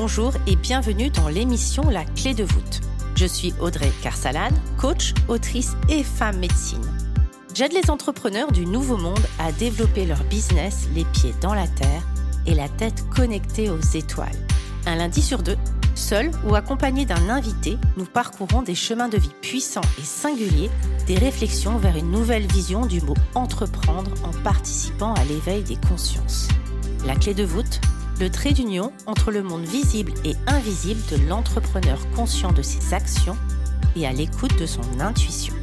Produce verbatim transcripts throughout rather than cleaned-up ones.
Bonjour et bienvenue dans l'émission La Clé de voûte. Je suis Audrey Carsalane, coach, autrice et femme médecine. J'aide les entrepreneurs du nouveau monde à développer leur business les pieds dans la terre et la tête connectée aux étoiles. Un lundi sur deux, seul ou accompagné d'un invité, nous parcourons des chemins de vie puissants et singuliers, des réflexions vers une nouvelle vision du mot entreprendre en participant à l'éveil des consciences. La clé de voûte, le trait d'union entre le monde visible et invisible de l'entrepreneur conscient de ses actions et à l'écoute de son intuition.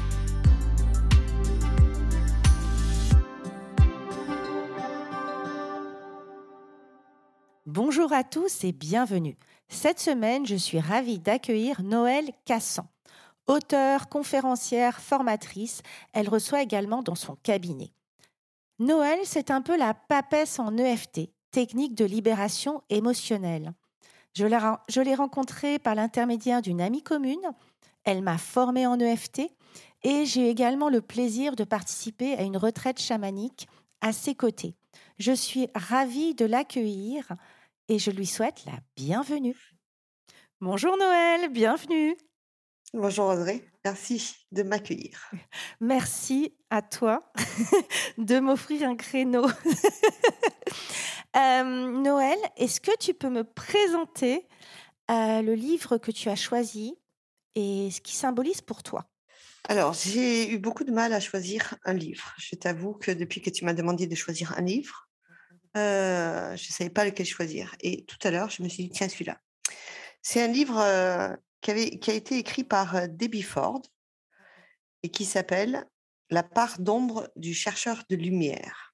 Bonjour à tous et bienvenue. Cette semaine, je suis ravie d'accueillir Noëlle Cassan. Auteure, conférencière, formatrice, elle reçoit également dans son cabinet. Noëlle, c'est un peu la papesse en E F T, technique de libération émotionnelle. Je l'ai, je l'ai rencontrée par l'intermédiaire d'une amie commune. Elle m'a formée en E F T et j'ai également le plaisir de participer à une retraite chamanique à ses côtés. Je suis ravie de l'accueillir et je lui souhaite la bienvenue. Bonjour Noëlle, bienvenue. Bonjour Audrey, merci de m'accueillir. Merci à toi de m'offrir un créneau. euh, Noëlle, est-ce que tu peux me présenter euh, le livre que tu as choisi et ce qui symbolise pour toi? Alors, j'ai eu beaucoup de mal à choisir un livre. Je t'avoue que depuis que tu m'as demandé de choisir un livre, euh, je ne savais pas lequel choisir. Et tout à l'heure, je me suis dit, tiens, celui-là. C'est un livre euh, qui, avait, qui a été écrit par euh, Debbie Ford et qui s'appelle La part d'ombre du chercheur de lumière.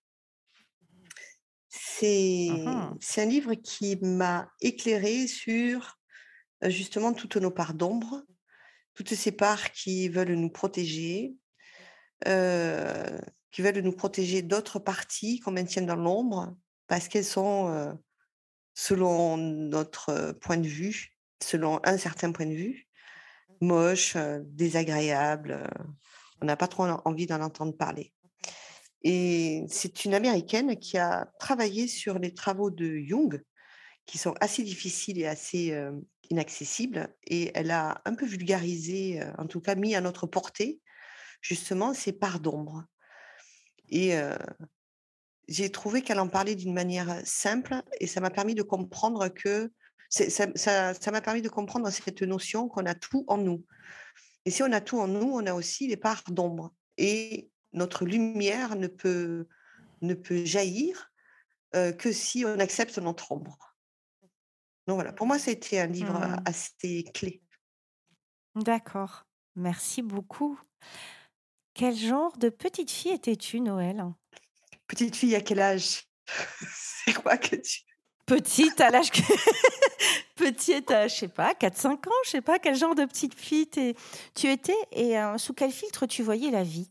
C'est, Mhm. c'est un livre qui m'a éclairée sur euh, justement toutes nos parts d'ombre, toutes ces parts qui veulent nous protéger, euh, qui veulent nous protéger d'autres parties qu'on maintienne dans l'ombre, parce qu'elles sont, euh, selon notre euh, point de vue, selon un certain point de vue, moches, euh, désagréables. euh, on n'a pas trop en- envie d'en entendre parler. Et c'est une Américaine qui a travaillé sur les travaux de Jung, qui sont assez difficiles et assez euh, inaccessibles. Et elle a un peu vulgarisé, euh, en tout cas mis à notre portée, justement, ces parts d'ombre. Et euh, j'ai trouvé qu'elle en parlait d'une manière simple et ça m'a permis de comprendre que c'est- ça, ça, ça m'a permis de comprendre cette notion qu'on a tout en nous. Et si on a tout en nous, on a aussi les parts d'ombre. Et notre lumière ne peut, ne peut jaillir euh, que si on accepte notre ombre. Donc voilà, pour moi, ça a été un livre euh, Hmm. assez clé. D'accord, merci beaucoup. Quel genre de petite fille étais-tu, Noëlle? Petite fille, à quel âge? C'est quoi que tu... Petite à l'âge que... Petite à, je sais pas, quatre cinq ans, je sais pas, quel genre de petite fille t'es- tu étais et euh, sous quel filtre tu voyais la vie?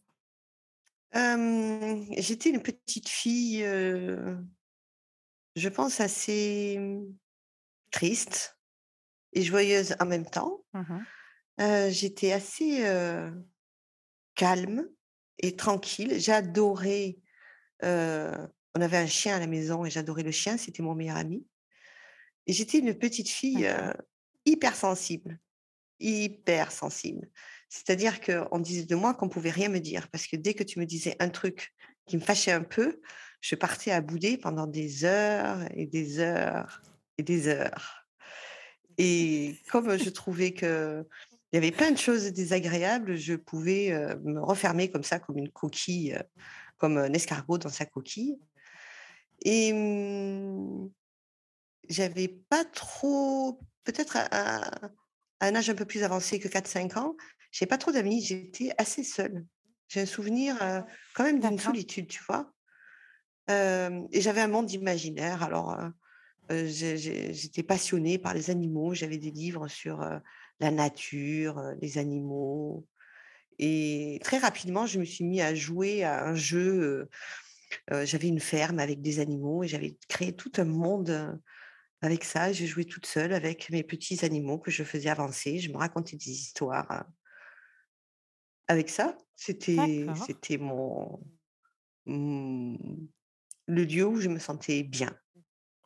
Euh, j'étais une petite fille, euh, je pense, assez triste et joyeuse en même temps. Mhm. Heu, j'étais assez, heu, calme et tranquille. J'adorais, heu, on avait un chien à la maison et j'adorais le chien, c'était mon meilleur ami et j'étais une petite fille, heu, D'accord. hypersensible, hypersensible. C'est-à-dire qu'on disait de moi qu'on pouvait rien me dire parce que dès que tu me disais un truc qui me fâchait un peu, je partais à bouder pendant des heures et des heures et des heures. Et comme je trouvais qu'il y avait plein de choses désagréables, je pouvais, heu, me refermer comme ça, comme une coquille, heu, comme un escargot dans sa coquille et mmh, j'avais pas trop peut-être à à à un âge un peu plus avancé que quatre cinq ans, j'avais pas trop d'amis, j'étais assez seule. J'ai un souvenir, heu, quand même d'une D'accord. solitude, tu vois? Hem et j'avais un monde imaginaire alors, heu Heu, j'ai j'ai j'étais passionnée par les animaux, j'avais des livres sur, heu, la nature, heu, les animaux et très rapidement, je me suis mis à jouer à un jeu, heu heu, j'avais une ferme avec des animaux et j'avais créé tout un monde, heu, avec ça. Je jouais toute seule avec mes petits animaux que je faisais avancer. Je me racontais des histoires, heu, avec ça. C'était D'accord. c'était mon, mmh, le lieu où je me sentais bien.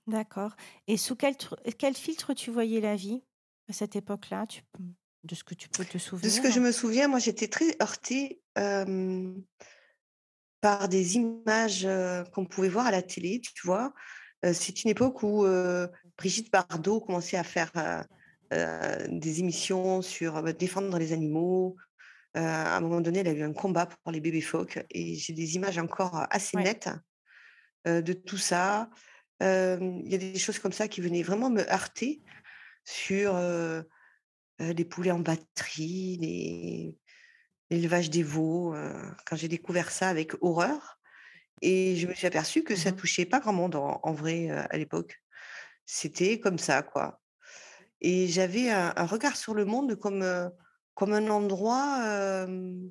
D'accord. Et sous quel tr quel filtre tu voyais la vie à cette époque-là? Tu p De ce que tu peux te De ce que je souvenir? me souviens, moi, j'étais très heurtée, hem, par des images, heu, qu'on pouvait voir à la télé, tu vois? Heu, c'est une époque où, heu, Brigitte Bardot commençait à faire, heu heu, des émissions sur, heu, défendre les animaux. Heu, à un moment donné, elle a eu un combat pour les bébés phoques et j'ai des images encore assez Ouais. nettes, heu, de tout ça. Hem, il y a des choses comme ça qui venaient vraiment me heurter sur, heu heu, les poulets en batterie, les l'élevage des veaux, heu, quand j'ai découvert ça avec horreur et je me suis aperçue que ça Mmh. touchait pas grand monde en en vrai, heu, à l'époque. C'était comme ça, quoi et j'avais un un regard sur le monde comme, heu, comme un endroit, hem,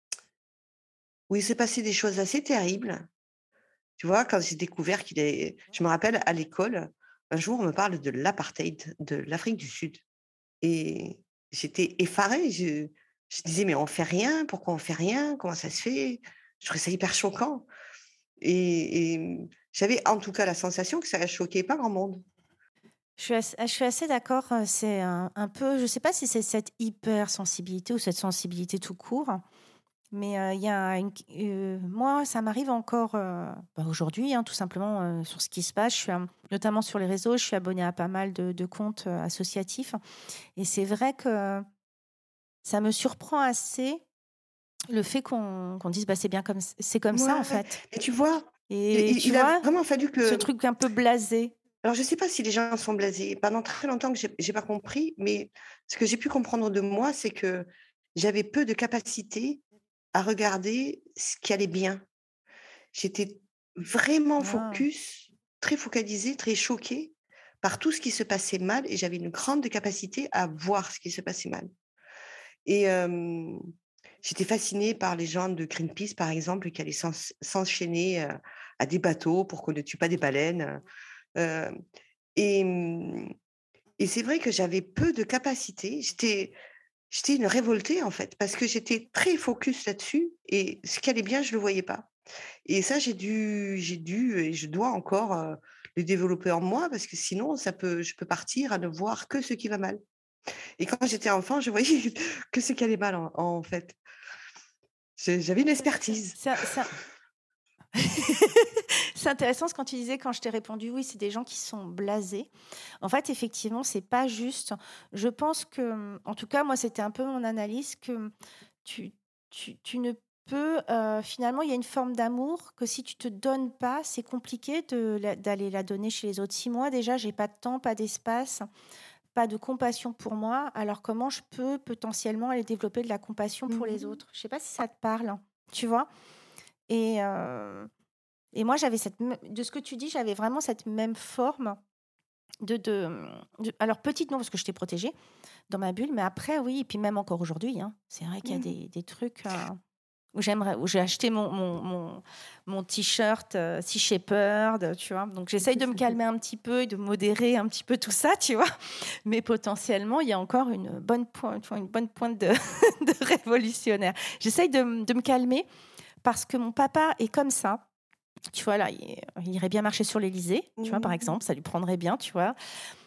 où il s'est passé des choses assez terribles. Tu vois? Quand j'ai découvert qu'il est je me rappelle à l'école, un jour on me parle de l'apartheid de l'Afrique du Sud et j'étais effarée. Je je disais: «Mais on fait rien, pourquoi on fait rien? Comment ça se fait?» Je trouvais ça hyper choquant et et mmh, j'avais en tout cas la sensation que ça choquait pas grand monde. Je suis ass je suis assez d'accord, heu, c'est un un peu je sais pas si c'est cette hypersensibilité ou cette sensibilité tout court, mais heu, il y a une q heu, moi, ça m'arrive encore, heu, bah, aujourd'hui, hein, tout simplement, heu, sur ce qui se passe. Je suis am notamment sur les réseaux, je suis abonnée à pas mal de de comptes, heu, associatifs et c'est vrai que ça me surprend assez le fait qu'on qu'on dise: «Bah, c'est bien comme c c'est comme ça, en Mouais, fait» mais tu vois? Il et il tu il a vois? vraiment fallu Ce que truc un peu blasé. alors je sais pas si les gens sont blasés. Pendant très longtemps que j'ai j'ai pas compris, mais ce que j'ai pu comprendre de moi, c'est que j'avais peu de capacité à regarder ce qui allait bien. J'étais vraiment Ah, focus, très focalisée, très choquée par tout ce qui se passait mal et j'avais une grande capacité à voir ce qui se passait mal et hem, j'étais fascinée par les gens de Greenpeace, par exemple, qui allaient s'enс s'enchaîner, heu, à des bateaux pour qu'on ne tue pas des baleines, heu, et mmh et c'est vrai que j'avais peu de capacité. J'étais j'étais une révoltée, en fait, parce que j'étais très focus là-dessus et ce qui allait bien, je le voyais pas. Et ça, j'ai dû j'ai dû et je dois encore, heu, le développer en moi parce que sinon ça peut je peux partir à ne voir que ce qui va mal. Et quand j'étais enfant, je voyais que ce qui allait mal en en fait. J'ai j'avais une expertise. ça ça c'est intéressant ce quand tu disais quand je t'ai répondu: «Oui, c'est des gens qui sont blasés». En fait, effectivement, c'est pas juste. Je pense que, mmh, en tout cas, moi, c'était un peu mon analyse que, mmh, tu tu tu ne peux, heu, finalement, il y a une forme d'amour que si tu te donnes pas, c'est compliqué de la d'aller la donner chez les autres. Si moi, déjà, j'ai pas de temps, pas d'espace, pas de compassion pour moi, alors comment je peux potentiellement aller développer de la compassion pour les Mmh. autres? Je sais pas si ça te parle, tu vois? Et heu et moi, j'avais cette m de ce que tu dis, j'avais vraiment cette même forme de de, mmh, de alors petite non, parce que je t'ai protégée dans ma bulle, mais après oui et puis même encore aujourd'hui, hein, c'est vrai qu'il y a Mmh. des des trucs, heu, où j'aimerais où j'ai acheté mon mon mon mon t-shirt, heu, Sea Shepherd, tu vois? Donc j'essaye de me calmer un petit peu et de modérer un petit peu tout ça, tu vois? Mais potentiellement, il y a encore une bonne pointe, tu vois, une bonne pointe de de révolutionnaire. J'essaye de m de me calmer parce que mon papa est comme ça. Tu vois, là, il il irait bien marcher sur l'Élysée, tu vois, par Mmh. exemple, ça lui prendrait bien, tu vois?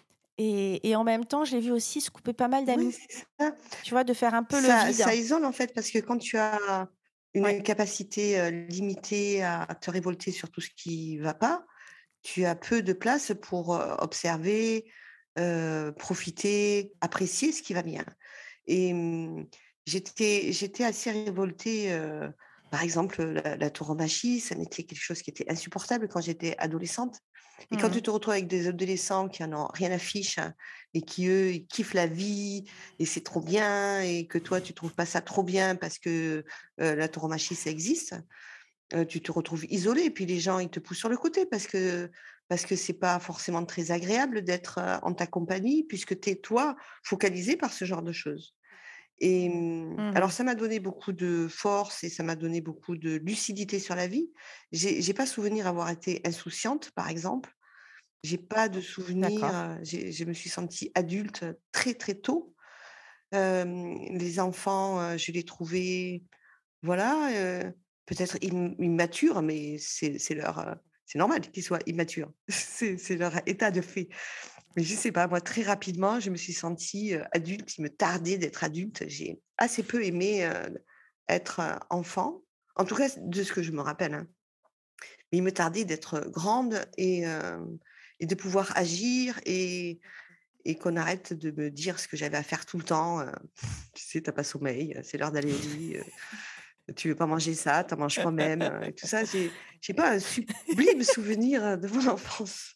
Et et en même temps, je l'ai vu aussi se couper pas mal Ouais, d'amis, c'est ça. tu vois, de faire un peu le Ça vide. ça isole en fait parce que quand tu as Ouais. une capacité, heu, limitée à te révolter sur tout ce qui va pas, tu as peu de place pour, heu, observer, heu, profiter, apprécier ce qui va bien et mmh, j'étais j'étais assez révoltée, heu, par exemple, la la tauromachie, ça n'était quelque chose qui était insupportable quand j'étais adolescente et quand tu Mmh. te retrouves avec des adolescents qui en ont rien à fiche hein, et qui, eux, ils kiffent la vie et c'est trop bien et que toi, tu trouves pas ça trop bien parce que, heu, la tauromachie, ça existe, heu, tu te retrouves isolé et puis les gens, ils te poussent sur le côté parce que parce que c'est pas forcément très agréable d'être, heu, en ta compagnie puisque tu es, toi, focalisé par ce genre de choses et mmh, Mmh alors mh. ça m'a donné beaucoup de force et ça m'a donné beaucoup de lucidité sur la vie. J'ai j'ai pas souvenir avoir été insouciante, par exemple. J'ai pas de souvenir, D'accord. heu, j'ai je me suis sentie adulte, très, très tôt. Hem, les enfants, heu, je les trouvais voilà, heu, peut-être im immatures, mais c'est c'est leur, heu, c'est normal qu'ils soient immatures. C'est c'est leur état de fait. Mais je sais pas, moi, très rapidement, je me suis sentie, heu, adulte. Il me tardait d'être adulte. J'ai assez peu aimé, heu, être, heu, enfant. En tout cas, de ce que je me rappelle, hein. Mais il me tardait d'être grande et hem et de pouvoir agir et et qu'on arrête de me dire ce que j'avais à faire tout le temps, heu: «Tu sais, tu as pas sommeil, heu, c'est l'heure d'aller au lit, heu, tu veux pas manger ça, tu en manges quand même», heu et tout ça. J'ai j'ai pas un sublime souvenir, heu, de mon enfance.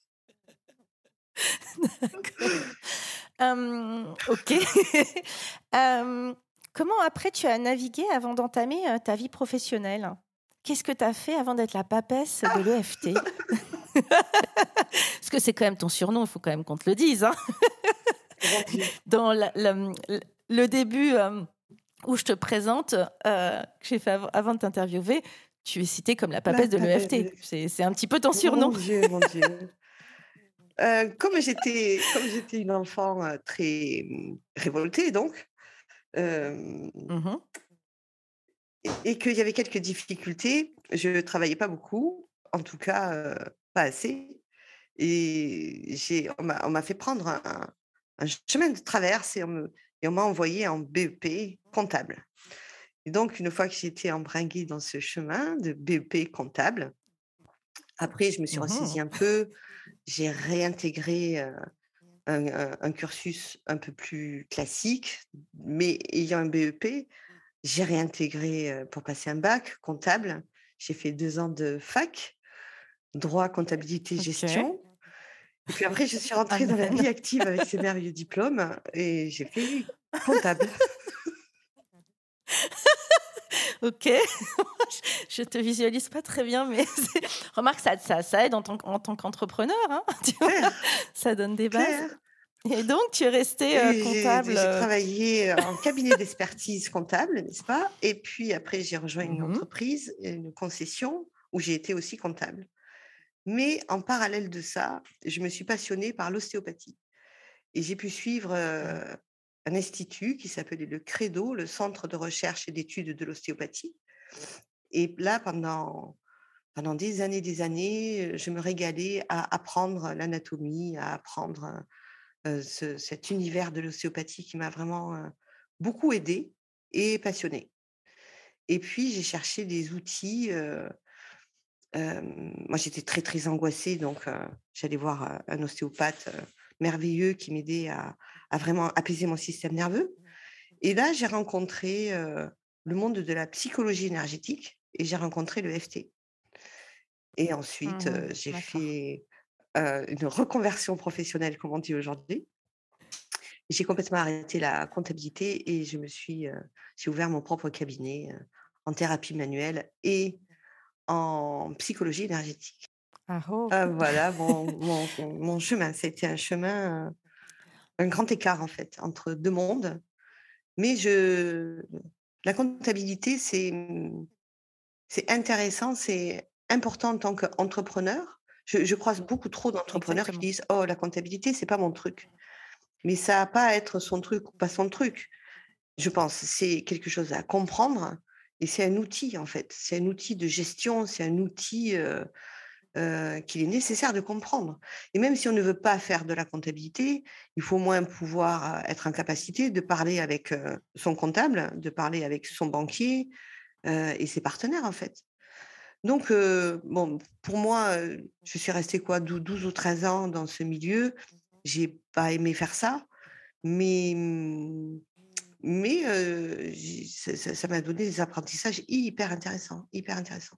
D'accord. Hem, OK. Hem, comment après tu as navigué avant d'entamer, heu, ta vie professionnelle? Qu'est-ce que tu as fait avant d'être la papesse de l'E F T? Parce que c'est quand même ton surnom, il faut quand même qu'on te le dise, hein. Volontiers. Dans la la, mmh, l le début, hem, où je te présente, heu, que j'ai fait av avant de t'interviewer, tu es citée comme la La papesse de papesse de l'E F T. l'E F T. C'est c'est un petit peu ton Mon surnom. Dieu, mon Dieu. Heu, comme j'étais comme j'étais une enfant, heu, très, mmh, révoltée donc, hem Mmh mh. et et qu'il y avait quelques difficultés, je travaillais pas beaucoup, en tout cas, heu, pas assez et j'ai on m'a on m'a fait prendre un un un chemin de traverse et on me et on m'a envoyée en B E P comptable et donc une fois que j'ai été embringuée dans ce chemin de B E P comptable, après je me suis Mmh ressaisie un mh. peu, j'ai réintégré, heu, un un un cursus un peu plus classique, mais ayant un B E P, j'ai réintégré, heu, pour passer un bac comptable. J'ai fait deux ans de fac, droit, comptabilité, OK. gestion et puis après je suis rentrée dans la Amen. vie active avec ces merveilleux diplômes et j'ai fait comptable. OK. Je te visualise pas très bien, mais c'est remarque ça ça ça aide en tant en tant qu'entrepreneur, hein, tu vois? Clair, Ça donne des bases clair et donc tu es restée, heu, et j'ai comptable, j'ai heu travaillé en cabinet d'expertise comptable, n'est-ce pas? Et puis après j'ai rejoint une mmh mh. entreprise, une concession où j'ai été aussi comptable. Mais en parallèle de ça, je me suis passionnée par l'ostéopathie et j'ai pu suivre, Mmh. heu, un institut qui s'appelait le CREDO, le Centre de recherche et d'études de l'ostéopathie et là pendant pendant des années, des années, heu, je me régalais à apprendre l'anatomie, à apprendre, heu ce cet univers de l'ostéopathie qui m'a vraiment, heu, beaucoup aidée et passionnée et puis j'ai cherché des outils, heu Hem, moi, j'étais très, très angoissée, donc heu, j'allais voir, heu, un ostéopathe, heu, merveilleux qui m'aidait à à vraiment apaiser mon système nerveux et là, j'ai rencontré, heu, le monde de la psychologie énergétique et j'ai rencontré le F T et ensuite, Mmh. heu, j'ai D'accord. fait, heu, une reconversion professionnelle, comme on dit aujourd'hui. J'ai complètement arrêté la comptabilité et je me suis, heu, j'ai ouvert mon propre cabinet, heu, en thérapie manuelle et en psychologie énergétique. Ah oh! Heu, voilà mon mon mon chemin. C'était un chemin, heu, un grand écart en fait entre deux mondes. Mais je la comptabilité, c'est, mmh, c'est intéressant, c'est important en tant qu'entrepreneur. Je je croise beaucoup trop d'entrepreneurs qui Exactement. disent: «Oh la comptabilité, c'est pas mon truc». Mais ça a pas à être son truc ou pas son truc. Je pense, c'est quelque chose à comprendre et c'est un outil en fait. C'est un outil de gestion, c'est un outil, heu heu, qu'il est nécessaire de comprendre et même si on ne veut pas faire de la comptabilité, il faut au moins pouvoir, heu, être en capacité de parler avec, heu, son comptable, de parler avec son banquier, heu et ses partenaires, en fait. Donc heu, bon, pour moi, heu, je suis restée quoi, dou douze ou treize ans dans ce milieu. J'ai pas aimé faire ça, mais mmh, mais heu, j'ai ça ça ça m'a donné des apprentissages hyper intéressants, hyper intéressants.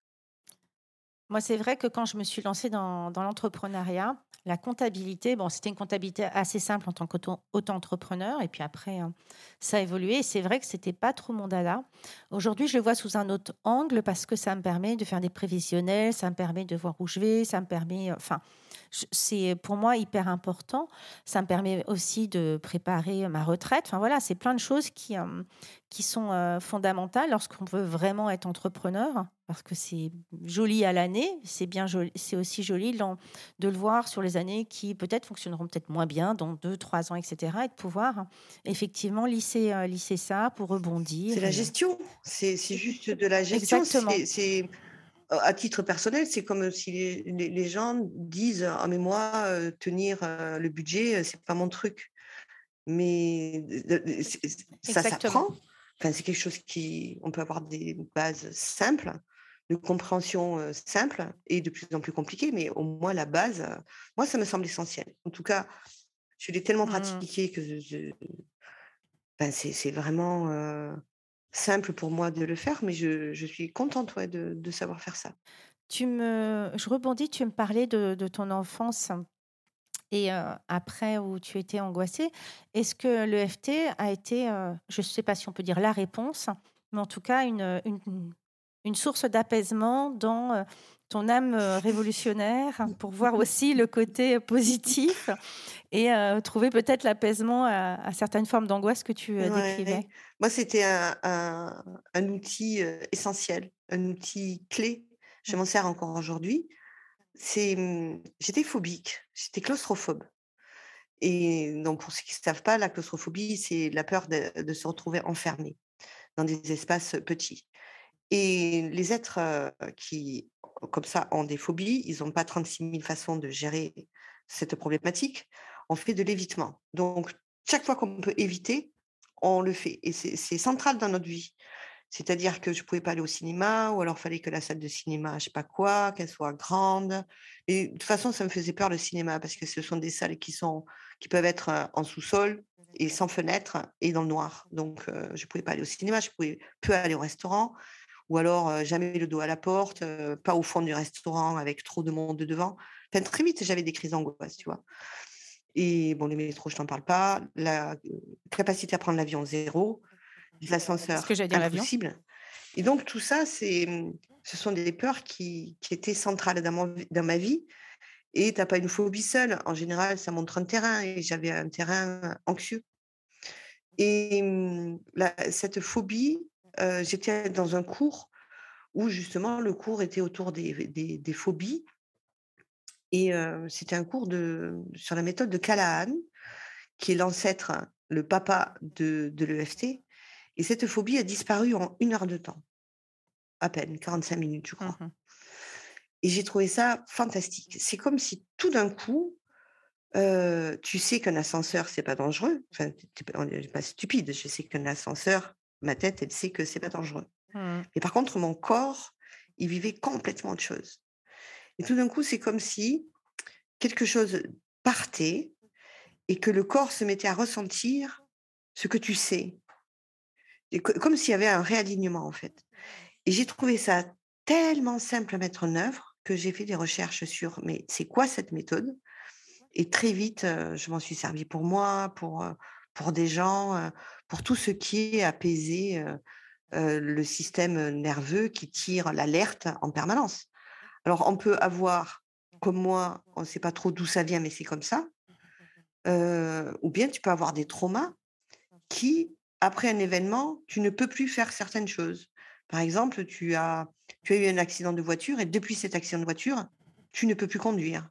Moi, c'est vrai que quand je me suis lancée dans dans l'entrepreneuriat, la comptabilité, bon, c'était une comptabilité assez simple en tant qu'auto auto-entrepreneur et puis après, hein, ça a évolué et c'est vrai que c'était pas trop mon dada. Aujourd'hui, je le vois sous un autre angle parce que ça me permet de faire des prévisionnels, ça me permet de voir où je vais, ça me permet, heu, enfin, je c'est pour moi hyper important. Ça me permet aussi de préparer ma retraite. Enfin voilà, c'est plein de choses qui, hem, qui sont, heu, fondamentales lorsqu'on veut vraiment être entrepreneur parce que c'est joli à l'année, c'est bien joli, c'est aussi joli l'en de le voir sur les années qui peut-être fonctionneront peut-être moins bien dans deux, trois ans et cetera et de pouvoir effectivement lisser, heu, lisser ça pour C'est rebondir la et heu gestion, c'est c'est juste de la gestion, exactement. c'est c'est À titre personnel, c'est comme si les les les gens disent: «Ah mais moi, heu, tenir, heu, le budget, heu, c'est pas mon truc». Mais de de c'est c ça Exactement. s'apprend. Enfin, c'est quelque chose qui on peut avoir des bases simples, de compréhension, heu, simple et de plus en plus compliquées, mais au moins la base, heu, moi ça me semble essentiel. En tout cas, je l'ai tellement Mmh. pratiqué que je je ben, c'est c'est vraiment, heu, simple pour moi de le faire, mais je je suis contente, ouais, de de savoir faire ça. Tu me je rebondis, tu me parlais de de ton enfance et heu, après où tu étais angoissée. Est-ce que l'E F T a été, heu, je ne sais pas si on peut dire la réponse, mais en tout cas une, une une source d'apaisement dans, heu, ton âme, heu, révolutionnaire pour voir aussi le côté positif et heu, trouver peut-être l'apaisement à à certaines formes d'angoisse que tu, heu, décrivais? Ouais, moi c'était un un un outil, heu, essentiel, un outil clé. Je Mmh. m'en sers encore aujourd'hui. C'est, mmh, j'étais phobique, j'étais claustrophobe et donc pour ceux qui ne savent pas, la claustrophobie, c'est la peur de de se retrouver enfermé dans des espaces, petits et les êtres, heu, qui, comme ça, ont des phobies, ils ont pas trente-six mille façons de gérer cette problématique. On fait de l'évitement. Donc chaque fois qu'on peut éviter, on le fait et c'est c'est central dans notre vie. C'est-à-dire que je pouvais pas aller au cinéma ou alors fallait que la salle de cinéma, je sais pas quoi, qu'elle soit grande et de toute façon, ça me faisait peur le cinéma parce que ce sont des salles qui sont qui peuvent être, heu, en sous-sol et sans fenêtre et dans le noir. Donc heu, je pouvais pas aller au cinéma, je pouvais peu aller au restaurant ou alors, heu, jamais le dos à la porte, heu, pas au fond du restaurant avec trop de monde devant. Enfin, très vite, j'avais des crises d'angoisse, tu vois? Et bon, le métro, je t'en parle pas. La, heu, capacité à prendre l'avion, zéro. Ce que L'ascenseur, j'allais dire l'avion? impossible. Et donc tout ça, c'est, mmh, ce sont des peurs qui qui étaient centrales dans mon v dans ma vie et tu as pas une phobie seule. En général, ça montre un terrain et j'avais un terrain anxieux et mmh, la cette phobie, heu, j'étais dans un cours où justement le cours était autour des des des phobies et heu, c'était un cours de sur la méthode de Callahan, qui est l'ancêtre, le papa de de l'E F T et cette phobie a disparu en une heure de temps, à peine, quarante-cinq minutes, je crois. Mmh. Et j'ai trouvé ça fantastique. C'est comme si tout d'un coup, heu, tu sais qu'un ascenseur, c'est pas dangereux. Enfin, tu es pas on est pas stupide. Je sais qu'un ascenseur, ma tête, elle sait que c'est pas dangereux. Mmh. Mais par contre, mon corps, il vivait complètement autre chose. Et tout d'un coup, c'est comme si quelque chose partait et que le corps se mettait à ressentir ce que tu sais. Et co comme s'il y avait un réalignement, en fait. Et j'ai trouvé ça tellement simple à mettre en œuvre que j'ai fait des recherches sur: «Mais c'est quoi cette méthode?» Et très vite, heu, je m'en suis servie pour moi, pour, heu, pour des gens, heu, pour tout ce qui est apaiser, heu heu, le système, nerveux qui tire l'alerte en permanence. Alors on peut avoir, comme moi, on ne sait pas trop d'où ça vient, mais c'est comme ça, heu, ou bien tu peux avoir des traumas qui, après un événement, tu ne peux plus faire certaines choses. Par exemple, tu as tu as eu un accident de voiture et depuis cet accident de voiture, tu ne peux plus conduire.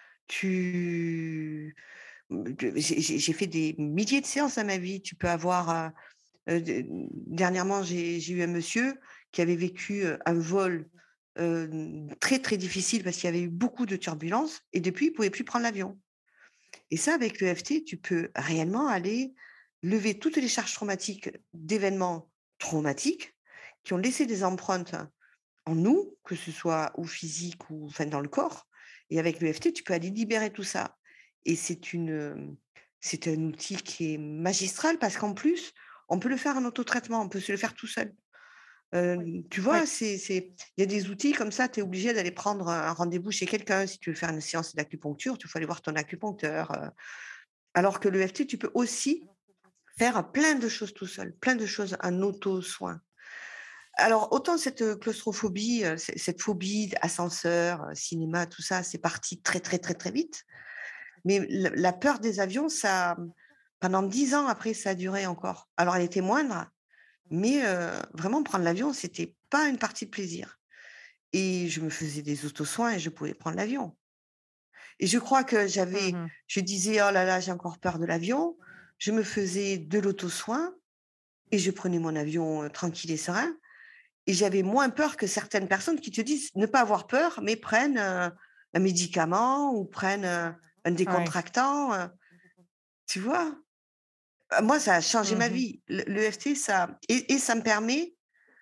Tu Mmh, de j'ai j'ai j'ai fait des milliers de séances à ma vie. Tu peux avoir, heu heu, de dernièrement, j'ai j'ai eu un monsieur qui avait vécu, heu, un vol, heu, très, très difficile parce qu'il y avait eu beaucoup de turbulences et depuis, il pouvait plus prendre l'avion et ça, avec le F T, tu peux réellement aller lever toutes les charges traumatiques d'événements traumatiques qui ont laissé des empreintes en nous, que ce soit ou physique ou enfin dans le corps et avec l'E F T, tu peux aller libérer tout ça et c'est une, hem, c'est un outil qui est magistral parce qu'en plus, on peut le faire en autotraitement, on peut se le faire tout seul. Hem, tu Oui. vois, c'est c'est il y a des outils comme ça, tu es obligé d'aller prendre un rendez-vous chez quelqu'un. Si tu veux faire une séance d'acupuncture, tu faut aller voir ton acupuncteur, heu, alors que l'E F T, tu peux aussi faire plein de choses tout seul, plein de choses en auto-soin. Alors, autant cette, heu, claustrophobie, heu, c cette phobie ascenseur, heu, cinéma, tout ça, c'est parti très, très, très, très vite. Mais l la peur des avions, ça, mmh, pendant dix ans après, ça a duré encore. Alors elle était moindre, mais heu, vraiment prendre l'avion, c'était pas une partie de plaisir et je me faisais des auto-soins et je pouvais prendre l'avion et je crois que j'avais Mmh. je disais: «Oh là là, j'ai encore peur de l'avion». Je me faisais de l'auto-soin et je prenais mon avion, heu, tranquille et serein. Et j'avais moins peur que certaines personnes qui te disent ne pas avoir peur, mais prennent, heu, un médicament ou prennent, heu, un Ouais. décontractant, heu, tu vois? Bah, moi, ça a changé ma Mmh. vie. Le l'E F T, ça et et ça me permet,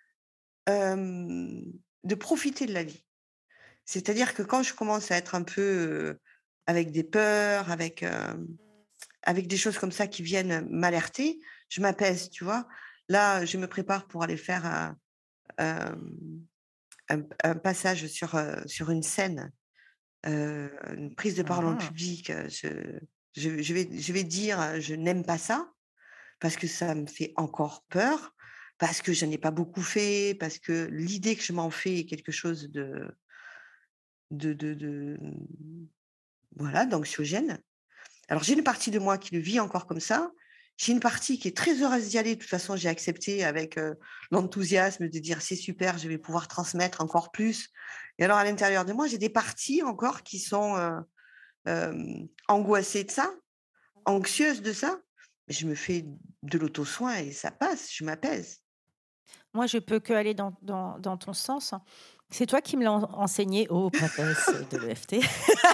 hem, de profiter de la vie. C'est-à-dire que quand je commence à être un peu, heu, avec des peurs, avec, hem, avec des choses comme ça qui viennent m'alerter, je m'apaise, tu vois? Là, je me prépare pour aller faire un, hem, un un passage sur, heu, sur une scène, heu, une prise de parole en Mmh. public, heu, je je je vais je vais dire, heu: «Je n'aime pas ça», parce que ça me fait encore peur, parce que je n'ai pas beaucoup fait, parce que l'idée que je m'en fais est quelque chose de de de de, mmh, voilà, d'anxiogène. Alors j'ai une partie de moi qui le vit encore comme ça. J'ai une partie qui est très heureuse d'y aller. De toute façon, j'ai accepté avec, heu, l'enthousiasme de dire: «C'est super, je vais pouvoir transmettre encore plus» et alors à l'intérieur de moi, j'ai des parties encore qui sont, heu, hem, angoissées de ça, anxieuses de ça. Mais je me fais de l'auto-soin et ça passe, je m'apaise. Moi, je peux qu'aller dans dans dans ton sens. C'est toi qui me l'as en enseigné, ô papesse de l'E F T.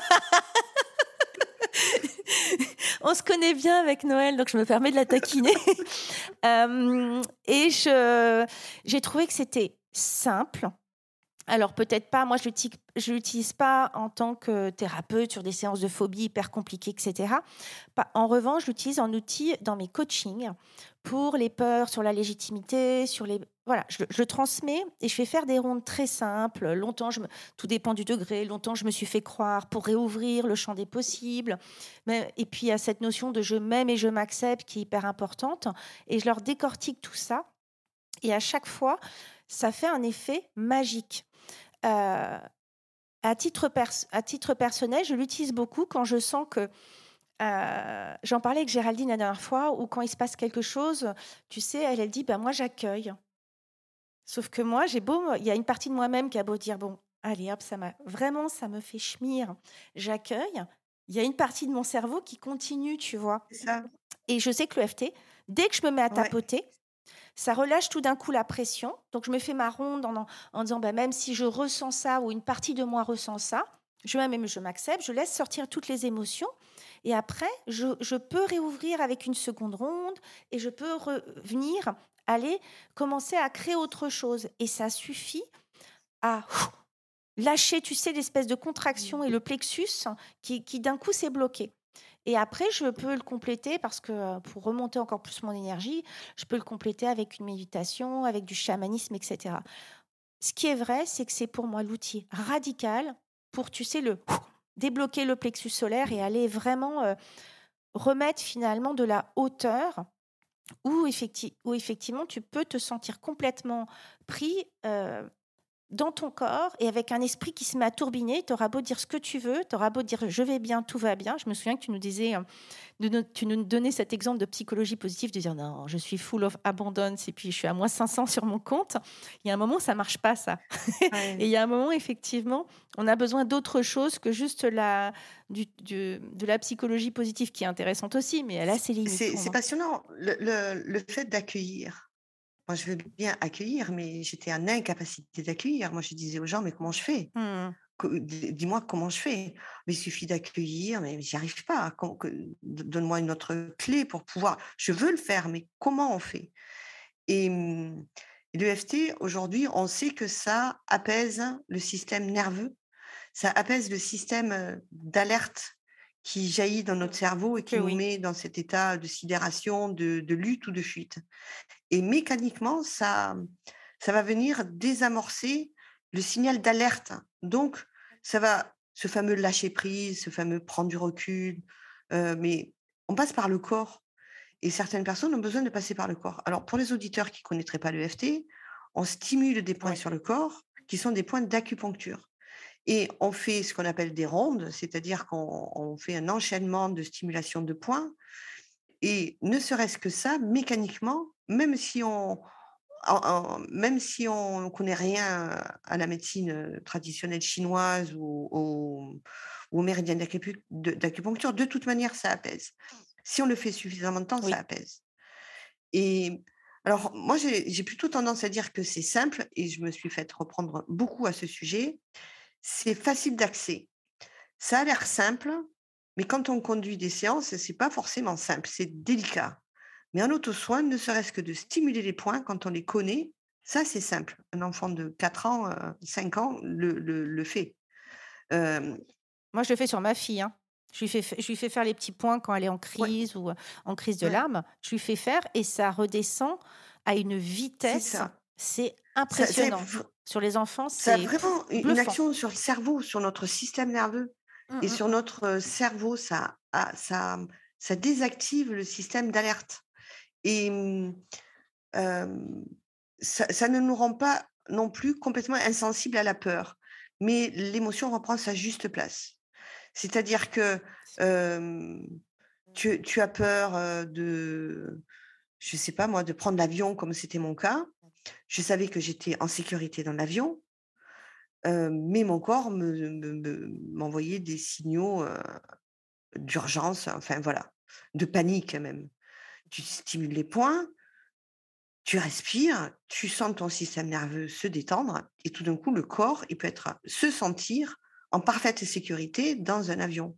On se connaît bien avec Noël, donc je me permets de la taquiner. Hem et je j'ai trouvé que c'était simple. Alors peut-être pas, moi je l'uti je l'utilise pas en tant que thérapeute sur des séances de phobie hyper compliquées et cetera. Pas en revanche, je l'utilise en outil dans mes coachings pour les peurs sur la légitimité, sur les voilà, je le je le transmets et je fais faire des rondes très simples. Longtemps, je me tout dépend du degré, longtemps je me suis fait croire pour réouvrir le champ des possibles. Mais et puis il y a cette notion de «je m'aime et je m'accepte» qui est hyper importante et je leur décortique tout ça et à chaque fois, ça fait un effet magique. Heu, à titre pers à titre personnel, je l'utilise beaucoup quand je sens que, heu, j'en parlais avec Géraldine la dernière fois où quand il se passe quelque chose, tu sais, elle, elle dit: «Bah, moi, j'accueille». Sauf que moi, j'ai beau il y a une partie de moi-même qui a beau dire: «Bon, allez hop, ça m'a vraiment, ça me fait schmir, j'accueille». Il y a une partie de mon cerveau qui continue, tu vois? C'est ça, Et je sais que le F T, dès que je me mets à ouais. tapoter, ça relâche tout d'un coup la pression. Donc, je me fais ma ronde en, en, en disant, bah, même si je ressens ça ou une partie de moi ressent ça, je m'aime, je m'accepte, je laisse sortir toutes les émotions. Et après, je, je peux réouvrir avec une seconde ronde et je peux revenir, aller commencer à créer autre chose. Et ça suffit à lâcher, tu sais, l'espèce de contraction et le plexus qui, qui d'un coup s'est bloqué. Et après, je peux le compléter parce que euh, pour remonter encore plus mon énergie, je peux le compléter avec une méditation, avec du chamanisme, et cetera. Ce qui est vrai, c'est que c'est pour moi l'outil radical pour, tu sais, le débloquer le plexus solaire et aller vraiment euh, remettre finalement de la hauteur où, effecti- où effectivement tu peux te sentir complètement pris euh, dans ton corps et avec un esprit qui se met à tourbiner. Tu auras beau dire ce que tu veux, tu auras beau dire je vais bien, tout va bien. Je me souviens que tu nous disais, euh, de no- tu nous donnais cet exemple de psychologie positive, de dire non, je suis full of abundance et puis je suis à moins cinq cents sur mon compte. Il y a un moment, ça marche pas, ça. Et Ouais. il y a un moment, effectivement, on a besoin d'autre chose que juste la, du, du- de la psychologie positive qui est intéressante aussi, mais elle a ses limites C'est pour c'est moi. passionnant, le le le fait d'accueillir. Moi, je veux bien accueillir, mais j'étais en incapacité d'accueillir. Moi, je disais aux gens: «Mais comment je fais? Hmm. Co di dis-moi comment je fais?» «Mais il suffit d'accueillir», mais j'y arrive pas. Com que d Donne-moi une autre clé pour pouvoir je veux le faire, mais comment on fait? Et mmh, l'E F T, aujourd'hui, on sait que ça apaise le système nerveux, ça apaise le système, heu, d'alerte qui jaillit dans notre cerveau et Que qui nous oui. met dans cet état de sidération, de de lutte ou de fuite. Et mécaniquement, ça ça va venir désamorcer le signal d'alerte. Donc ça va ce fameux lâcher prise, ce fameux prendre du recul, heu, mais on passe par le corps et certaines personnes ont besoin de passer par le corps. Alors pour les auditeurs qui ne connaîtraient pas l'E F T, on stimule des points Ouais. sur le corps qui sont des points d'acupuncture et on fait ce qu'on appelle des rondes, c'est-à-dire qu'on on fait un enchaînement de stimulation de points et ne serait-ce que ça, mécaniquement, même si on en en même si on ne connaît rien à la médecine, heu, traditionnelle chinoise ou au ou aux méridiennes d'acupu de d'acupuncture, de toute manière, ça apaise. Si on le fait suffisamment de temps, ça Oui. apaise et Alors, moi, j'ai j'ai plutôt tendance à dire que c'est simple et je me suis faite reprendre beaucoup à ce sujet. C'est facile d'accès. Ça a l'air simple, mais quand on conduit des séances, c'est pas forcément simple, c'est délicat. Mais en auto-soin, ne serait-ce que de stimuler les points quand on les connaît, ça, c'est simple. Un enfant de quatre ans, heu, cinq ans le le le fait. Hem, Moi, je le fais sur ma fille, hein. Je lui fais f je lui fais faire les petits points quand elle est en ouais, crise ou, heu, en crise de ouais, larmes. Je lui fais faire et ça redescend à une c'est vitesse, ça. c'est Ça ça impressionnant. Sur les enfants, Ça a c'est pff, vraiment u une bluffant. action sur le cerveau, sur notre système nerveux Mmh, et mmh sur mh. notre, heu, cerveau. Ça a ça, mmh, ça désactive le système d'alerte et mmh, hem, ça ça ne nous rend pas non plus complètement insensibles à la peur, mais l'émotion reprend sa juste place. C'est-à-dire que, hem, tu tu as peur, heu, de je sais pas moi, de prendre l'avion comme c'était mon cas. Je savais que j'étais en sécurité dans l'avion. Heu, mais mon corps me me me m'envoyait des signaux, heu, d'urgence, enfin voilà, de panique même. Tu stimules les points, tu respires, tu sens ton système nerveux se détendre et tout d'un coup le corps, il peut être se sentir en parfaite sécurité dans un avion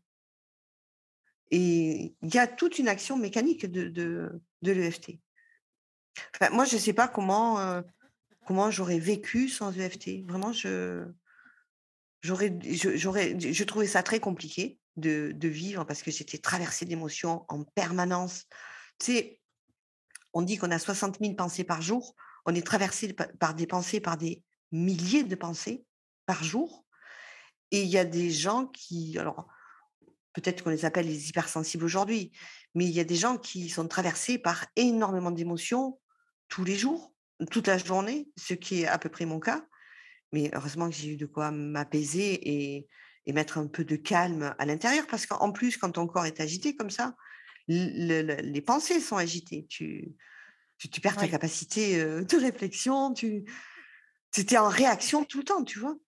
et il y a toute une action mécanique de de de l'E F T. Enfin moi je ne sais pas comment, heu, comment j'aurais vécu sans E F T. Vraiment je J'aurais d je j'aurais je trouvais ça très compliqué de de vivre parce que j'étais traversée d'émotions en permanence. Tu sais, on dit qu'on a soixante mille pensées par jour. On est traversé pa par des pensées, par des milliers de pensées par jour et il y a des gens qui alors peut-être qu'on les appelle les hypersensibles aujourd'hui, mais il y a des gens qui sont traversés par énormément d'émotions tous les jours, toute la journée, ce qui est à peu près mon cas. Mais heureusement que j'ai eu de quoi m'apaiser et et mettre un peu de calme à l'intérieur parce qu'en plus, quand ton corps est agité comme ça, l le le les pensées sont agitées. Tu tu tu perds ta Oui. capacité, heu, de réflexion, tu tu étais en réaction tout le temps, tu vois?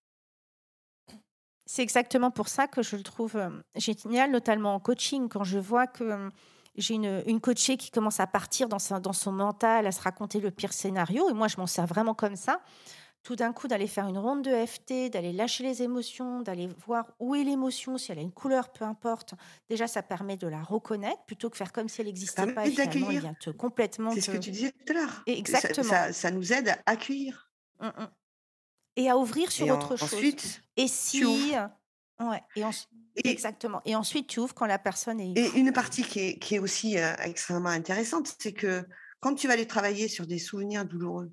C'est exactement pour ça que je le trouve, hem, génial, notamment en coaching, quand je vois que, hem, j'ai une une coachée qui commence à partir dans sa dans son mental, à se raconter le pire scénario et moi je m'en sers vraiment comme ça. Tout d'un coup, d'aller faire une ronde de F T, d'aller lâcher les émotions, d'aller voir où est l'émotion, si elle a une couleur, peu importe. Déjà, ça permet de la reconnaître plutôt que faire comme si elle Ça n'existait permet pas et finalement, elle d'accueillir. vient te complètement C'est ce que te tu disais tout à l'heure. Ça exactement. ça ça nous aide à accueillir Mmh mh et à ouvrir sur et autre en- chose. ensuite, Et tu si ouvres ouais et ens et exactement et ensuite tu ouvres quand la personne est et une partie qui est qui est aussi, heu, extrêmement intéressante, c'est que quand tu vas aller travailler sur des souvenirs douloureux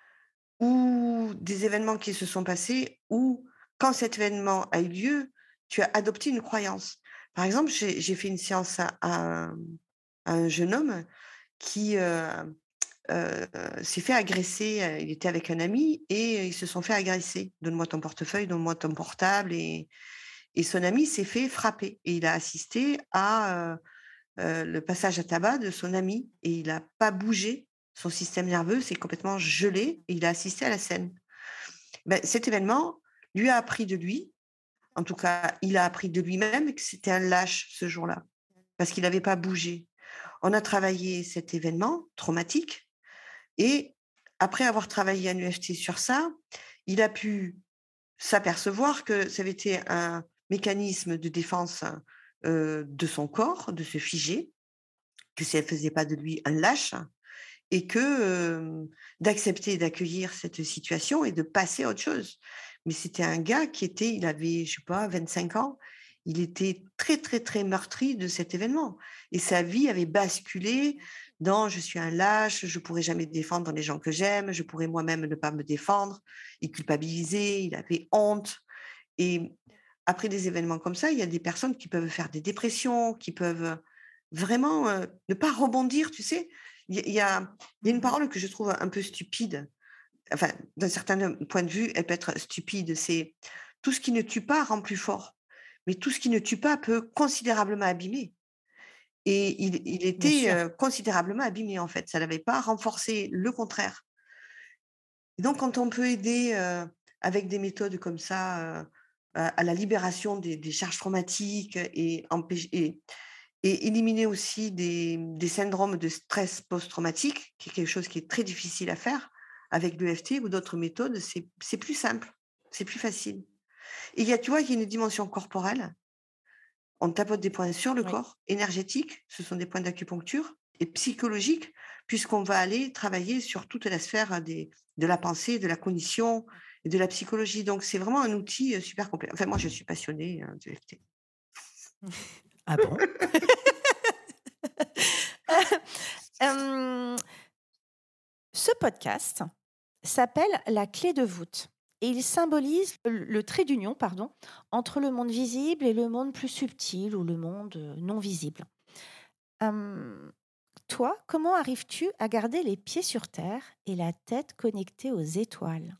ou des événements qui se sont passés ou quand cet événement a eu lieu, tu as adopté une croyance. Par exemple, j'ai j'ai fait une séance à à un à un jeune homme qui, heu heu, s'est fait agresser, heu, il était avec un ami et ils se sont fait agresser. «Donne-moi ton portefeuille, donne-moi ton portable» et et son ami s'est fait frapper et il a assisté à, heu heu, le passage à tabac de son ami et il a pas bougé. Son système nerveux s'est complètement gelé et il a assisté à la scène. Beh, cet événement lui a appris de lui, en tout cas, il a appris de lui-même que c'était un lâche ce jour-là, parce qu'il n'avait pas bougé. On a travaillé cet événement traumatique et après avoir travaillé un U F T sur ça, il a pu s'apercevoir que ça avait été un mécanisme de défense, heu, de son corps, de se figer, que ça ne faisait pas de lui un lâche et que, hem, d'accepter et d'accueillir cette situation et de passer à autre chose. Mais c'était un gars qui était il avait, je sais pas, vingt-cinq ans. Il était très, très, très meurtri de cet événement et sa vie avait basculé dans: «Je suis un lâche, je pourrai jamais défendre les gens que j'aime, je pourrais moi-même ne pas me défendre». Il culpabilisait, il avait honte et après des événements comme ça, il y a des personnes qui peuvent faire des dépressions, qui peuvent, vraiment, heu, ne pas rebondir, tu sais? Il y a il y a il y a une Mmh. parole que je trouve un peu stupide, enfin, d'un certain point de vue, elle peut être stupide, c'est: «Tout ce qui ne tue pas rend plus fort», mais tout ce qui ne tue pas peut considérablement abîmer et il il Bien était, sûr. heu, considérablement abîmé, en fait. Ça l'avait pas renforcé, le contraire et donc quand on peut aider, heu, avec des méthodes comme ça, heu, à à la libération des des charges traumatiques et empêcher et éliminer aussi des, des syndromes de stress post-traumatique, qui est quelque chose qui est très difficile à faire avec l'E F T ou d'autres méthodes. C'est, c'est plus simple, c'est plus facile. Et il y a, tu vois, il y a une dimension corporelle. On tapote des points sur le Oui. corps, énergétiques, ce sont des points d'acupuncture, et psychologiques, puisqu'on va aller travailler sur toute la sphère des, de la pensée, de la cognition et de la psychologie. Donc, c'est vraiment un outil euh, super complet. Enfin, moi, je suis passionnée hein, du F T. Ah bon? Hem, ce podcast s'appelle La clé de voûte et il symbolise le le trait d'union, pardon, entre le monde visible et le monde plus subtil ou le monde, heu, non visible. Hem, Toi, comment arrives-tu à garder les pieds sur terre et la tête connectée aux étoiles?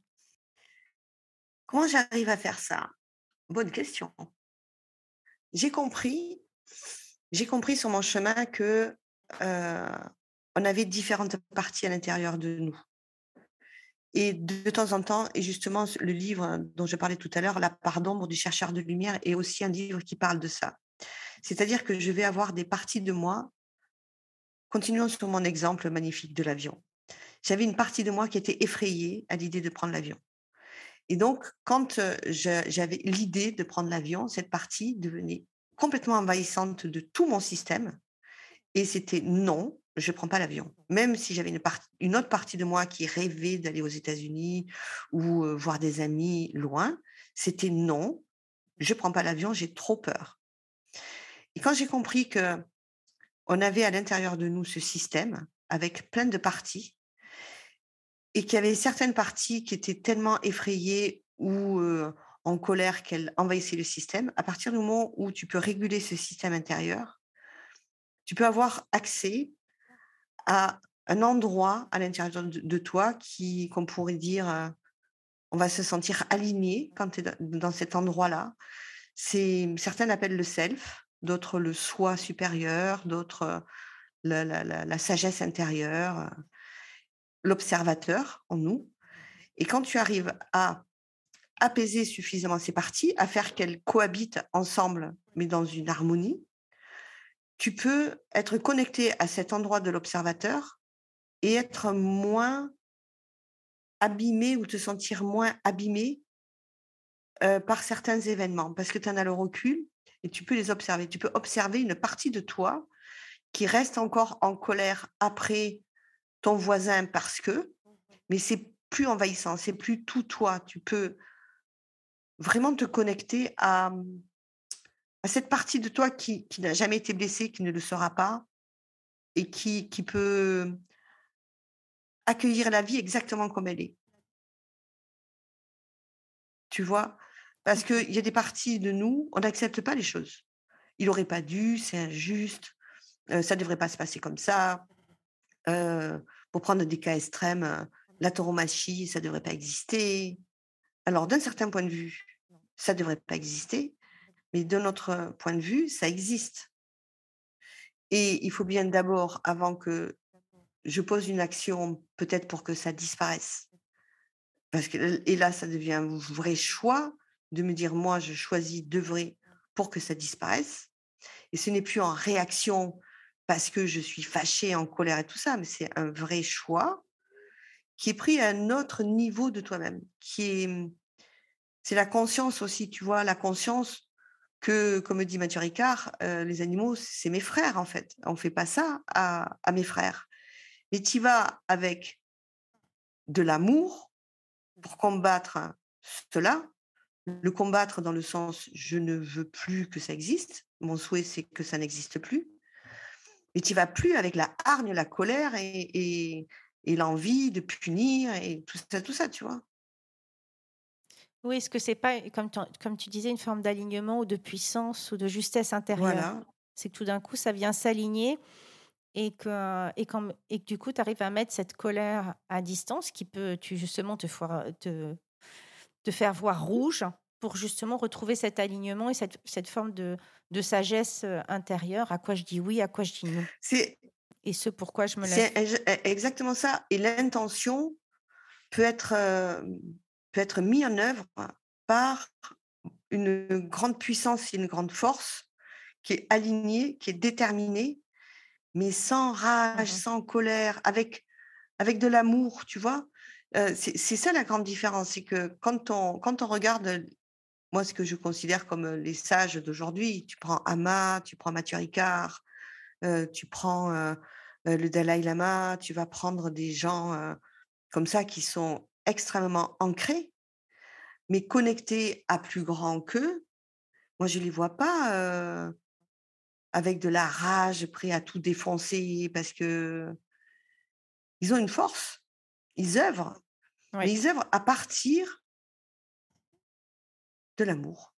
Comment j'arrive à faire ça? Bonne question. J'ai compris, j'ai compris sur mon chemin que euh, on avait différentes parties à l'intérieur de nous. Et de temps en temps, et justement, le livre dont je parlais tout à l'heure, La part d'ombre du chercheur de lumière, est aussi un livre qui parle de ça. C'est-à-dire que je vais avoir des parties de moi, continuons sur mon exemple magnifique de l'avion. J'avais une partie de moi qui était effrayée à l'idée de prendre l'avion. Et donc, quand euh, je- j'avais l'idée de prendre l'avion, cette partie devenait complètement envahissante de tout mon système. Et c'était non, je ne prends pas l'avion. Même si j'avais une, part- une autre partie de moi qui rêvait d'aller aux États-Unis ou euh, voir des amis loin, c'était non, je ne prends pas l'avion, j'ai trop peur. Et quand j'ai compris que on avait à l'intérieur de nous ce système avec plein de parties et qu'il y avait certaines parties qui étaient tellement effrayées ou euh, en colère qu'elles envahissaient le système, à partir du moment où tu peux réguler ce système intérieur, tu peux avoir accès à un endroit à l'intérieur de, de toi qui, qu'on pourrait dire, euh, on va se sentir aligné quand tu es dans, dans cet endroit-là. C'est, certains l'appellent le self, d'autres le soi supérieur, d'autres euh, la, la- la- la sagesse intérieure, euh, l'observateur en nous. Et quand tu arrives à apaiser suffisamment ces parties, à faire qu'elles cohabitent ensemble, mais dans une harmonie, tu peux être connecté à cet endroit de l'observateur et être moins abîmé ou te sentir moins abîmé euh, par certains événements parce que tu en as le recul et tu peux les observer. Tu peux observer une partie de toi qui reste encore en colère après ton voisin parce que, mais c'est plus envahissant, c'est plus tout toi. Tu peux vraiment te connecter à, à cette partie de toi qui, qui n'a jamais été blessée, qui ne le sera pas et qui, qui peut accueillir la vie exactement comme elle est. Tu vois? Parce OK. qu'il y a des parties de nous, on n'accepte pas les choses. Il aurait pas dû, c'est injuste, heu, ça devrait pas se passer comme ça. Heu, pour prendre des cas extrêmes, heu, la tauromachie, ça devrait pas exister. Alors d'un certain point de vue, ça devrait pas exister, mais de notre point de vue, ça existe et il faut bien d'abord, avant que je pose une action, peut-être pour que ça disparaisse, parce que et là, ça devient un vrai choix de me dire: «Moi, je choisis d'œuvrer pour que ça disparaisse». Et ce n'est plus en réaction parce que je suis fâchée, en colère et tout ça, mais c'est un vrai choix qui est pris à un autre niveau de toi-même, qui est, mmh, c'est la conscience aussi, tu vois? La conscience que, comme dit Mathieu Ricard, heu, les animaux, c'est mes frères, en fait. On fait pas ça à à mes frères. Mais tu y vas avec de l'amour pour combattre cela, le combattre dans le sens: «Je ne veux plus que ça existe. Mon souhait, c'est que ça n'existe plus». Mais tu y vas plus avec la hargne, la colère et et et l'envie de punir et tout ça tout ça, tu vois? Oui, est-ce que c'est pas, comme tu comme tu disais, une forme d'alignement ou de puissance ou de justesse intérieure? Voilà, C'est que tout d'un coup, ça vient s'aligner et que et quand et que du coup, tu arrives à mettre cette colère à distance qui peut tu justement te foire te te faire voir rouge pour justement retrouver cet alignement et cette cette forme de de sagesse, heu, intérieure. À quoi je dis oui, à quoi je dis non c'est et ce pourquoi je me lève. c'est ex e exactement ça et l'intention peut être, hem, peut être mis en œuvre par une grande puissance et une grande force qui est aligné, qui est déterminé, mais sans rage, Mmh. sans colère, avec avec de l'amour, tu vois? Heu, c'est c'est ça la grande différence, c'est que quand on quand on regarde, heu, moi, ce que je considère comme, heu, les sages d'aujourd'hui, tu prends Amma, tu prends Matthieu Ricard, heu, tu prends, heu heu, le Dalaï Lama, tu vas prendre des gens, heu, comme ça qui sont extrêmement ancrés, mais connectés à plus grand qu'eux. Moi, je les vois pas, heu, avec de la rage, prêts à tout défoncer parce que ils ont une force. Ils œuvrent, Oui, mais ils œuvrent à partir de l'amour.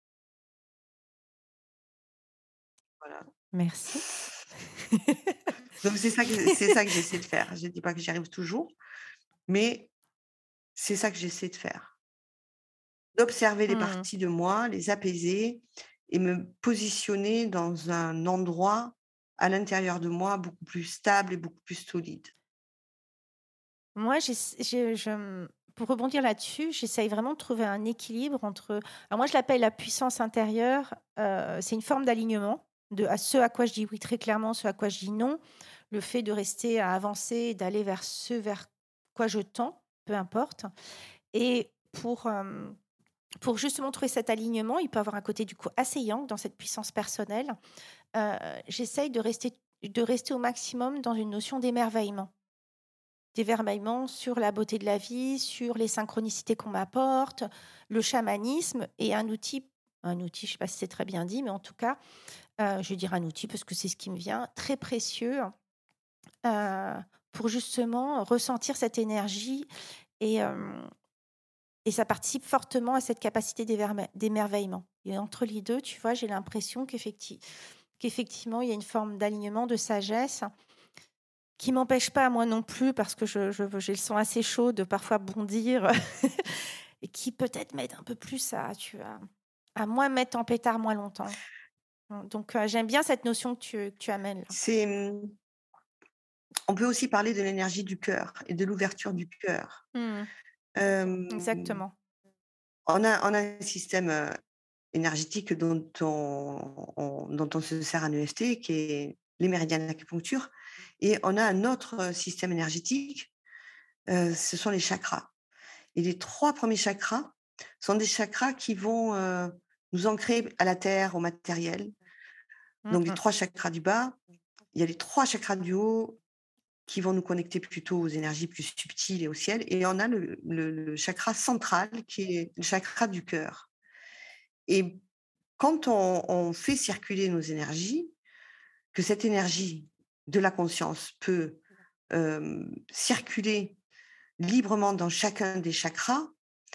Voilà. merci. Donc c'est ça que c'est ça que j'essaie de faire. Je dis pas que j'y arrive toujours, mais c'est ça que j'essaie de faire. D'observer les Mmh. parties de moi, les apaiser et me positionner dans un endroit à l'intérieur de moi beaucoup plus stable et beaucoup plus solide. Moi, j'ess je je, mmh, pour rebondir là-dessus, j'essaye vraiment de trouver un équilibre entre alors moi, je l'appelle la puissance intérieure, heu, c'est une forme d'alignement de à ce à quoi je dis oui très clairement, ce à quoi je dis non. Le fait de rester à avancer et d'aller vers ce vers quoi je tends, peu importe et pour, hem, pour justement trouver cet alignement, il peut avoir un côté du coup assez yang dans cette puissance personnelle. Heu, j'essaye de rester de rester au maximum dans une notion d'émerveillement. D'émerveillement sur la beauté de la vie, sur les synchronicités qu'on m'apporte. Le chamanisme est un outil un outil, je ne sais pas si c'est très bien dit, mais en tout cas, heu, je vais dire un outil parce que c'est ce qui me vient, très précieux, heu, pour justement ressentir cette énergie et hem et ça participe fortement à cette capacité d'éverme d'émerveillement et entre les deux, tu vois, j'ai l'impression qu'effecti qu'effectivement, il y a une forme d'alignement, de sagesse qui m'empêche pas, moi non plus, parce que je je j'ai le sang assez chaud de parfois bondir et qui peut-être m'aide un peu plus à tu vois, à moins me mettre en pétard moins longtemps. Mmh, donc heu, j'aime bien cette notion que tu que tu amènes là. C'est, mmh, on peut aussi parler de l'énergie du cœur et de l'ouverture du cœur. Mmh, Hem, exactement. on a on a un système, heu, énergétique dont on on dont on se sert en E F T qui est les méridiens d'acupuncture et on a un autre, heu, système énergétique, heu, ce sont les chakras et les trois premiers chakras sont des chakras qui vont, heu, nous ancrer à la terre, au matériel. Mmh Donc les mh. trois chakras du bas, il y a les trois chakras du haut qui vont nous connecter plutôt aux énergies plus subtiles et au ciel et on a le le le chakra central qui est le chakra du cœur et quand on on fait circuler nos énergies, que cette énergie de la conscience peut, hem, circuler librement dans chacun des chakras,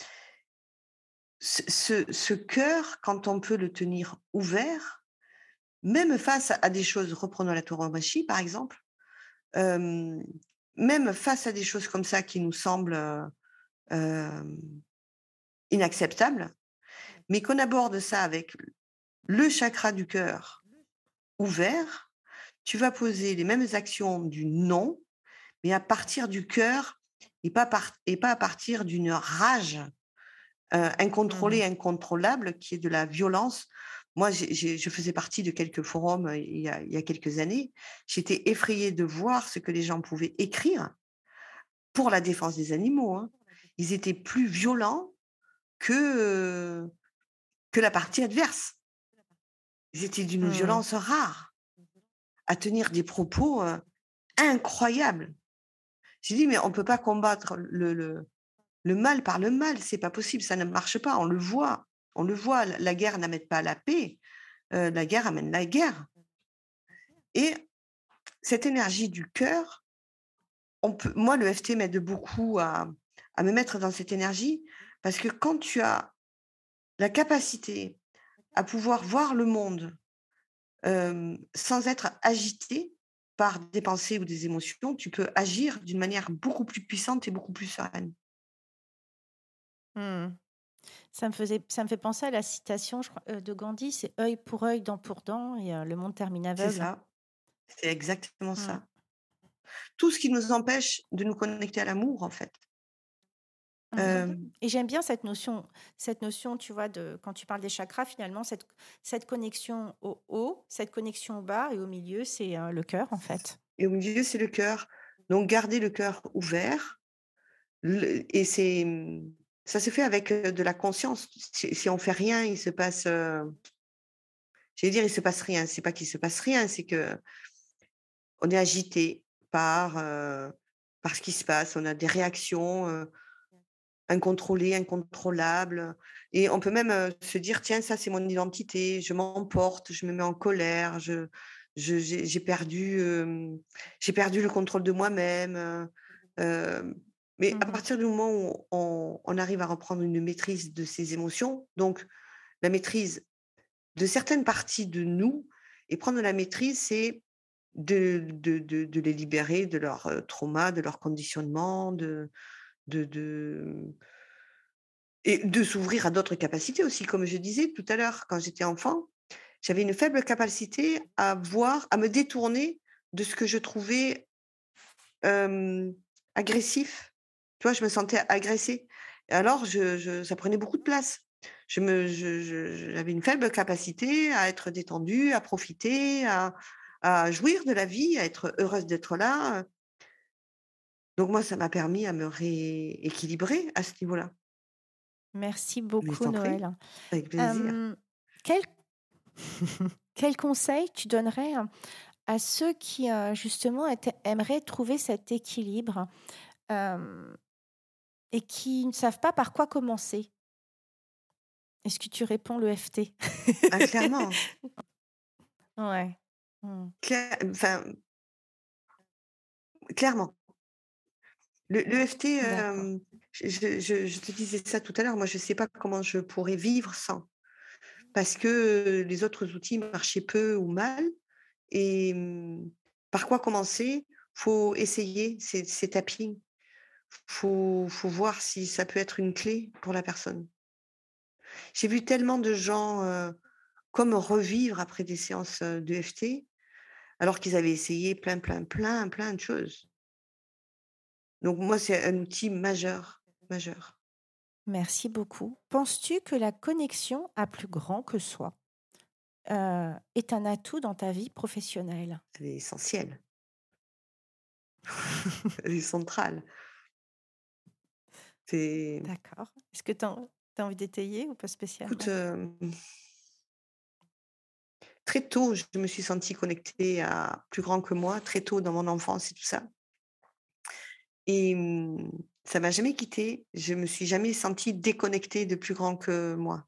ce ce ce cœur, quand on peut le tenir ouvert, même face à des choses reprenons la tauromachie, par exemple, hem, même face à des choses comme ça qui nous semblent, heu, hem, inacceptables, mais qu'on aborde ça avec le chakra du cœur ouvert, tu vas poser les mêmes actions du non, mais à partir du cœur et pas par et pas à partir d'une rage, heu, Mmh. incontrôlée, incontrôlable qui est de la violence. Moi, j'ai j'ai je faisais partie de quelques forums, heu, il y a il y a quelques années. J'étais effrayée de voir ce que les gens pouvaient écrire pour la défense des animaux, hein. Ils étaient plus violents que, heu, que la partie adverse. Ils étaient d'une Mmh. violence rare, à tenir des propos, heu, incroyables. J'ai dit: «Mais on peut pas combattre le le le mal par le mal, c'est pas possible, ça ne marche pas, on le voit, on le voit, la la guerre n'amène pas la paix, heu, la guerre amène la guerre» et cette énergie du cœur, on peut moi, le F T m'aide beaucoup à à me mettre dans cette énergie parce que quand tu as la capacité à pouvoir voir le monde, hem, sans être agité par des pensées ou des émotions, tu peux agir d'une manière beaucoup plus puissante et beaucoup plus sereine. Mmh. Ça me faisait ça me fait penser à la citation, je crois, heu, de Gandhi, c'est: «Œil pour œil, dent pour dent et heu, le monde termine C'est aveugle». ça, c'est exactement Mmh. ça. Tout ce qui nous empêche de nous connecter à l'amour, en fait. Mmh. Hem, Et j'aime bien cette notion cette notion, tu vois, de quand tu parles des chakras, finalement, cette cette connexion au haut, cette connexion au bas et au milieu, c'est, heu, le cœur, en fait. et au milieu, c'est le cœur. Donc garder le cœur ouvert, le et c'est, mmh, ça se fait avec, heu, de la conscience. Si si on fait rien, il se passe, heu, j'allais dire: «Il se passe rien». C'est pas qu'il se passe rien, c'est que on est agité par, heu, par ce qui se passe. On a des réactions, heu, incontrôlées, incontrôlables, et on peut même, heu, se dire: «Tiens, ça, c'est mon identité, je m'emporte, je me mets en colère, je je j'ai j'ai perdu, hem, j'ai perdu le contrôle de moi-même», heu, hem, mais à Mmh. partir du moment où on on arrive à reprendre une maîtrise de ses émotions, donc la maîtrise de certaines parties de nous, et prendre la maîtrise, c'est de de de de les libérer de leur, heu, trauma, de leur conditionnement, de de de et de s'ouvrir à d'autres capacités aussi. Comme je disais tout à l'heure, quand j'étais enfant, j'avais une faible capacité à voir, à me détourner de ce que je trouvais, hem, agressif. Tu vois? Je me sentais agressée. Et alors je je ça prenait beaucoup de place. Je me je je je j'avais une faible capacité à être détendue, à profiter, à à jouir de la vie, à être heureuse d'être là, donc moi, ça m'a permis à me rééquilibrer à ce niveau-là. Merci Mais je beaucoup, t'en prie, Noël. avec plaisir. Hem, quel quel conseil tu donnerais à ceux qui, heu, justement étaient aimeraient trouver cet équilibre, hem, et qui ne savent pas par quoi commencer? Est-ce que tu réponds le F T? Ah clairement, Ouais. Mmh. cla enfin, clairement. Le le F T, D'accord. hem, je je je je te disais ça tout à l'heure, moi je ne sais pas comment je pourrais vivre sans. Parce que, les autres outils marchaient peu ou mal, et mmh, par quoi commencer? Faut essayer, c'est c'est tapping. Faut faut voir si ça peut être une clé pour la personne. J'ai vu tellement de gens, heu, comme revivre après des séances, heu, de F T, alors qu'ils avaient essayé plein, plein, plein, plein de choses. Donc moi, c'est un outil majeur, majeur. Merci beaucoup. Penses-tu que la connexion à plus grand que soi, heu, est un atout dans ta vie professionnelle? Elle est essentielle, elle est centrale. C'est D'accord. Est-ce que tu as tu as envie d'étayer ou pas écoute, spécialement? hem, très tôt, je me suis sentie connectée à plus grand que moi, très tôt dans mon enfance et tout ça, et mmh, ça m'a jamais quittée. Je me suis jamais sentie déconnectée de plus grand que moi.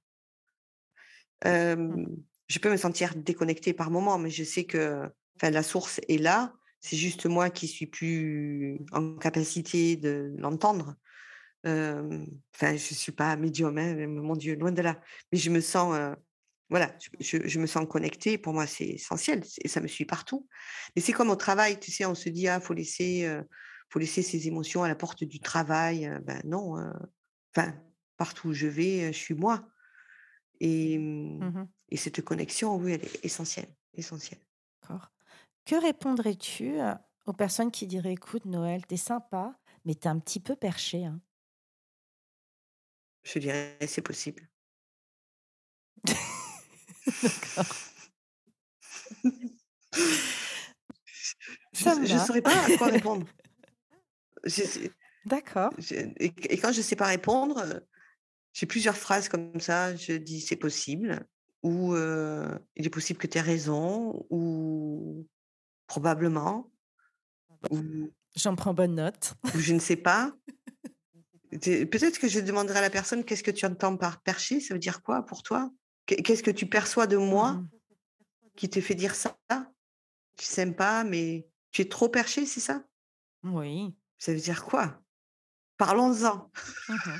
Hem, Mmh. je peux me sentir déconnectée par moments, mais je sais que, enfin, la source est là. C'est juste moi qui suis plus en capacité de l'entendre. Hem, enfin, je suis pas médium, hein, mon Dieu, loin de là. Mais je me sens, heu, voilà, je je je me sens connectée. Pour moi, c'est essentiel, c'est ça me suit partout. Mais c'est comme au travail, tu sais, on se dit: «Ah, faut laisser, heu, faut laisser ses émotions à la porte du travail», heu, ben non, heu, enfin, partout où je vais, heu, je suis moi. Et mmh Mmh. et cette connexion, oui, elle est essentielle, essentielle. D'accord. Que répondrais-tu, heu, aux personnes qui diraient: «Écoute Noël, tu es sympa, mais tu es un petit peu perché, hein?» Je dirais: «C'est possible». D'accord. Ça me Je ne va. saurais pas à quoi répondre. Je c'est D'accord. je et et quand je ne sais pas répondre, heu, j'ai plusieurs phrases comme ça. Je dis: «C'est possible», ou heu, «Il est possible que tu aies raison», ou «Probablement», ou J'en prends bonne note. ou «Je ne sais pas». Tu Peut-être que je demanderai à la personne: «Qu'est-ce que tu entends par perché? Ça veut dire quoi pour toi? Qu'est qu'est-ce que tu perçois de moi Mmh. qui te fait dire ça? Tu s'aimes pas, mais tu es trop perché, c'est ça? Oui. Ça veut dire quoi? Parlons-en». Mmh.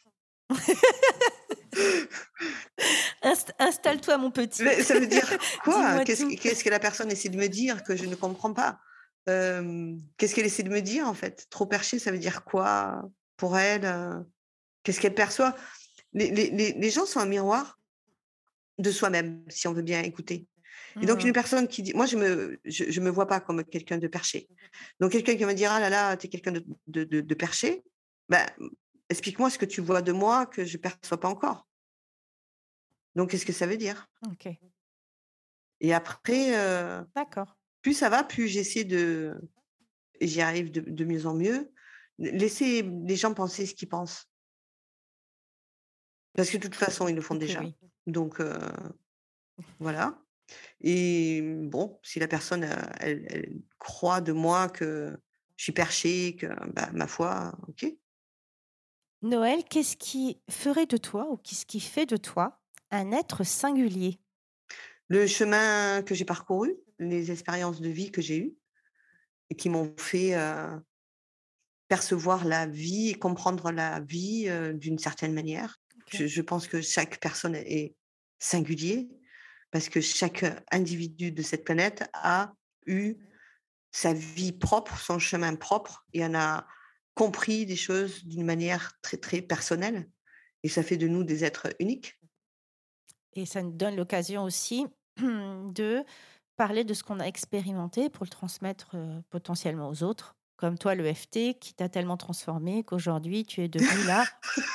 Inst installe-toi mon petit. Mais ça veut dire quoi? Dis-moi Qu'est-ce tout. que qu'est-ce que la personne essaie de me dire que je ne comprends pas? Hem, qu'est-ce qu'elle essaie de me dire, en fait? Trop perché, ça veut dire quoi pour elle, heu? Qu'est-ce qu'elle perçoit? Les les les les gens sont un miroir de soi-même, si on veut bien écouter, et donc une Mmh. personne qui dit, moi je me je je me vois pas comme quelqu'un de perché. Donc quelqu'un qui va me dire: «Ah là là, tu es quelqu'un de de de de perché», bah, explique-moi ce que tu vois de moi que je ne perçois pas encore. Donc, qu'est-ce que ça veut dire? OK. Et après, heu, D'accord. plus ça va, plus j'essaie de et j'y arrive de de mieux en mieux, laisser les gens penser ce qu'ils pensent. Parce que de toute façon, ils le font OK, déjà. oui. Donc, heu, voilà. Et bon, si la personne, heu, elle elle croit de moi que je suis perché, que, bah, ma foi, OK. Noël, qu'est-ce qui ferait de toi ou qu'est-ce qui fait de toi un être singulier? Le chemin que j'ai parcouru, les expériences de vie que j'ai eues et qui m'ont fait, heu, percevoir la vie et comprendre la vie, heu, d'une certaine manière. OK. Je je pense que chaque personne est singulier parce que chaque individu de cette planète a eu sa vie propre, son chemin propre et en a compris des choses d'une manière très, très personnelle et ça fait de nous des êtres uniques. Et ça nous donne l'occasion aussi de parler de ce qu'on a expérimenté pour le transmettre, heu, potentiellement aux autres. Comme toi, le F T qui t'a tellement transformé qu'aujourd'hui tu es devenu la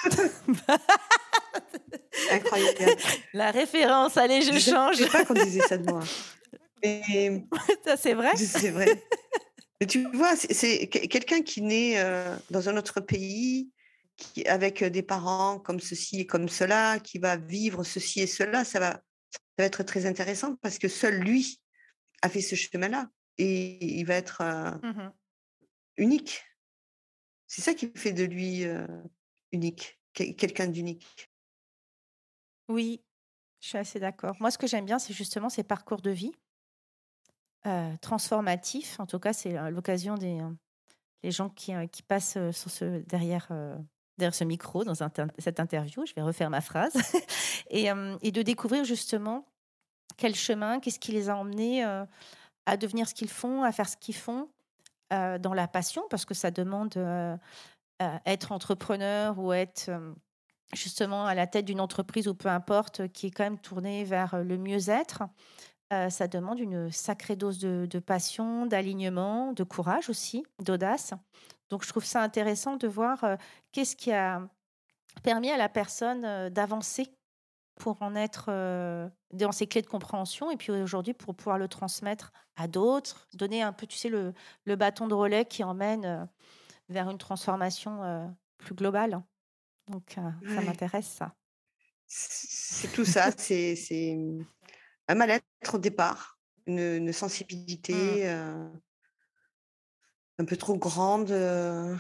Incroyable. la référence. Allez, je Je change. savais pas qu'on disait ça de moi. Mais Ça, c'est vrai? c'est vrai. Mais tu vois, c'est c'est que quelqu'un qui naît, heu, dans un autre pays, qui avec, heu, des parents comme ceci et comme cela, qui va vivre ceci et cela, ça va ça va être très intéressant parce que seul lui a fait ce chemin-là et il va être, heu, Mmh. unique. C'est ça qui fait de lui, heu, unique, quel quelqu'un d'unique. Oui, je suis assez d'accord. Moi, ce que j'aime bien, c'est justement ces parcours de vie, heu, transformatifs. En tout cas, c'est, heu, l'occasion des, heu, les gens qui, heu, qui passent, heu, sur ce derrière, heu, derrière ce micro dans inter cette interview. Je vais refaire ma phrase et hem et de découvrir justement quel chemin, qu'est-ce qui les a emmenés, heu, à devenir ce qu'ils font, à faire ce qu'ils font, heu, dans la passion parce que ça demande, heu, heu, être entrepreneur ou être, hem, justement à la tête d'une entreprise ou peu importe, euh, qui est quand même tournée vers, heu, le mieux-être. Heu, ça demande une sacrée dose de de passion, d'alignement, de courage aussi, d'audace. Donc je trouve ça intéressant de voir, heu, qu'est-ce qui a permis à la personne, heu, d'avancer pour en être, heu, dans ses clés de compréhension et puis aujourd'hui pour pouvoir le transmettre à d'autres, donner un peu, tu sais, le le bâton de relais qui emmène, heu, vers une transformation, heu, plus globale. Donc heu, ça Ouais, m'intéresse ça. c c'est tout ça, c'est c'est, mmh, un mal-être au départ, une une Mmh. sensibilité, heu, un peu trop grande, heu.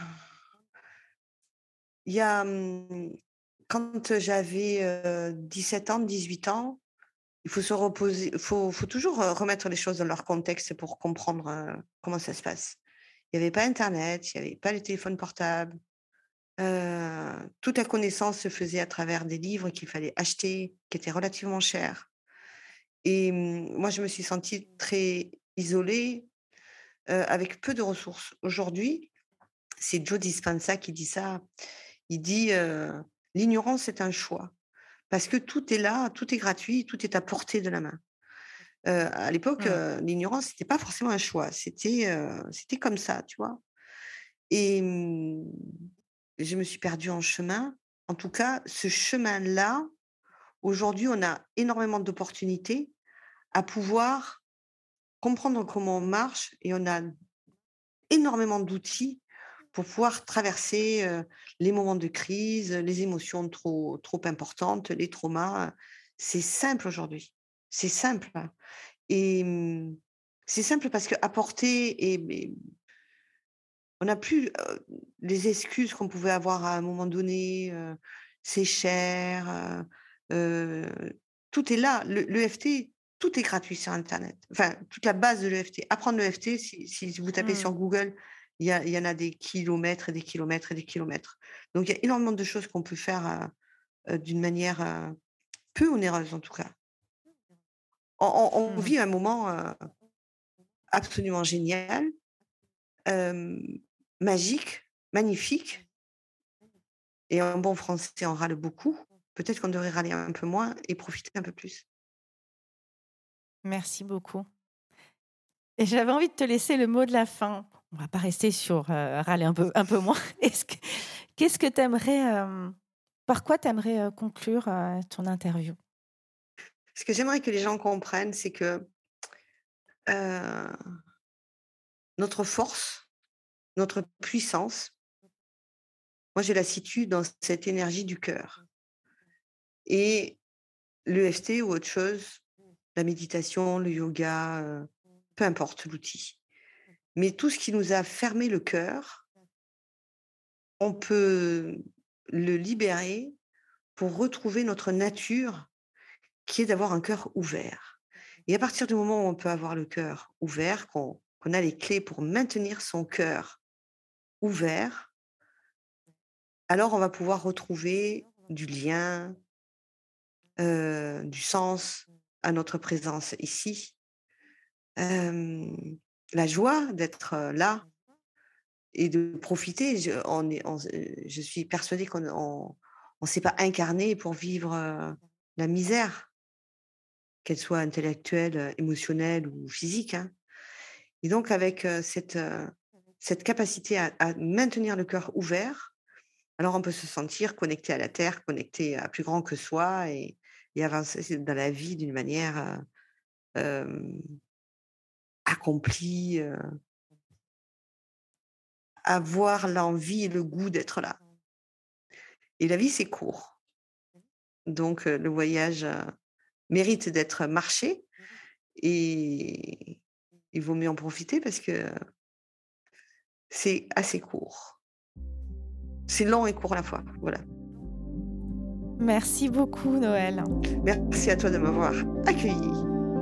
Il y a, mmh, quand j'avais, heu, dix-sept ans, dix-huit ans, il faut se reposer, il faut faut toujours, heu, remettre les choses dans leur contexte pour comprendre, heu, comment ça se passe. Il y avait pas internet, il y avait pas les téléphones portables, heu, toute la connaissance se faisait à travers des livres qu'il fallait acheter, qui étaient relativement chers et mmh, moi je me suis sentie très isolée, heu, avec peu de ressources. Aujourd'hui, c'est Joe Dispenza qui dit ça. Il dit, heu: «L'ignorance est un choix». Parce que tout est là, tout est gratuit, tout est à portée de la main. Heu, à l'époque, Mmh. heu, l'ignorance, c'était pas forcément un choix, c'était, heu, c'était comme ça, tu vois? Et mmh, je me suis perdue en chemin. En tout cas, ce chemin-là, aujourd'hui, on a énormément d'opportunités à pouvoir comprendre comment on marche et on a énormément d'outils pour pouvoir traverser, heu, les moments de crise, les émotions trop trop importantes, les traumas. C'est simple aujourd'hui. C'est simple et mmh, c'est simple parce qu'apporter et beh, on n'a plus, heu, les excuses qu'on pouvait avoir à un moment donné, heu, c'est cher, heu heu, tout est là. Le l'E F T, tout est gratuit sur internet. Enfin, toute la base de l'E F T. Apprendre l'E F T, si si vous tapez Mmh. sur Google, il y a il y en a des kilomètres et des kilomètres et des kilomètres. Donc il y a énormément de choses qu'on peut faire, heu heu, d'une manière, heu, peu onéreuse en tout cas. On on on Mmh. vit un moment, heu, absolument génial, hem, magique, magnifique. Et en bon français, on râle beaucoup. Peut-être qu'on devrait râler un peu moins et profiter un peu plus. Merci beaucoup. Et j'avais envie de te laisser le mot de la fin. On va pas rester sur, heu, râler un peu un peu moins. Est-ce que Qu'est-ce que tu aimerais, euh, par quoi tu aimerais conclure euh, ton interview? Ce que j'aimerais que les gens comprennent, c'est que euh, notre force, notre puissance, moi, je la situe dans cette énergie du cœur. Et l'E F T ou autre chose, la méditation, le yoga, euh, peu importe l'outil. Mais tout ce qui nous a fermé le cœur, on peut le libérer pour retrouver notre nature, qui est d'avoir un cœur ouvert. Et à partir du moment où on peut avoir le cœur ouvert, qu'on qu'on a les clés pour maintenir son cœur ouvert, alors on va pouvoir retrouver du lien, heu, du sens à notre présence ici, hem, la joie d'être, heu, là et de profiter. Je on est on s je suis persuadée qu'on on on s'est pas incarné pour vivre, heu, la misère, qu'elle soit intellectuelle, heu, émotionnelle ou physique, hein. Et donc avec, heu, cette, heu, cette capacité à à maintenir le cœur ouvert, alors on peut se sentir connecté à la terre, connecté à plus grand que soi et et avancer dans la vie d'une manière, heu, hem, accomplie, heu, avoir l'envie et le goût d'être là. Et la vie, c'est court, donc heu, le voyage, heu, mérite d'être marché et il vaut mieux en profiter parce que c'est assez court. C'est long et court à la fois, voilà. Merci beaucoup, Noël. Merci à toi de m'avoir accueillie.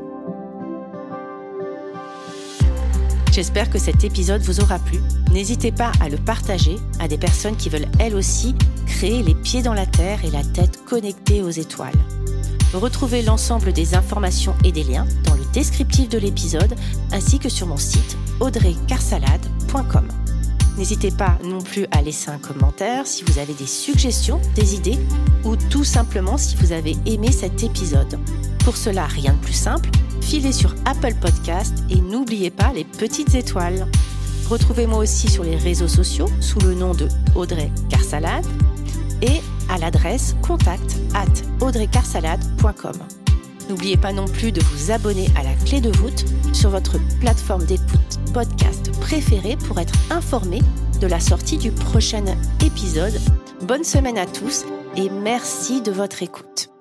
J'espère que cet épisode vous aura plu. N'hésitez pas à le partager à des personnes qui veulent elles aussi créer les pieds dans la terre et la tête connectée aux étoiles. Retrouvez l'ensemble des informations et des liens dans le descriptif de l'épisode ainsi que sur mon site audrey carsalade point com. N'hésitez pas non plus à laisser un commentaire si vous avez des suggestions, des idées ou tout simplement si vous avez aimé cet épisode. Pour cela, rien de plus simple, filez sur Apple Podcast et n'oubliez pas les petites étoiles. Retrouvez-moi aussi sur les réseaux sociaux sous le nom de Audrey Carsalade et à l'adresse contact arobase audrey carsalade point com. N'oubliez pas non plus de vous abonner à la Clé de voûte sur votre plateforme d'écoute podcast préférée pour être informé de la sortie du prochain épisode. Bonne semaine à tous et merci de votre écoute.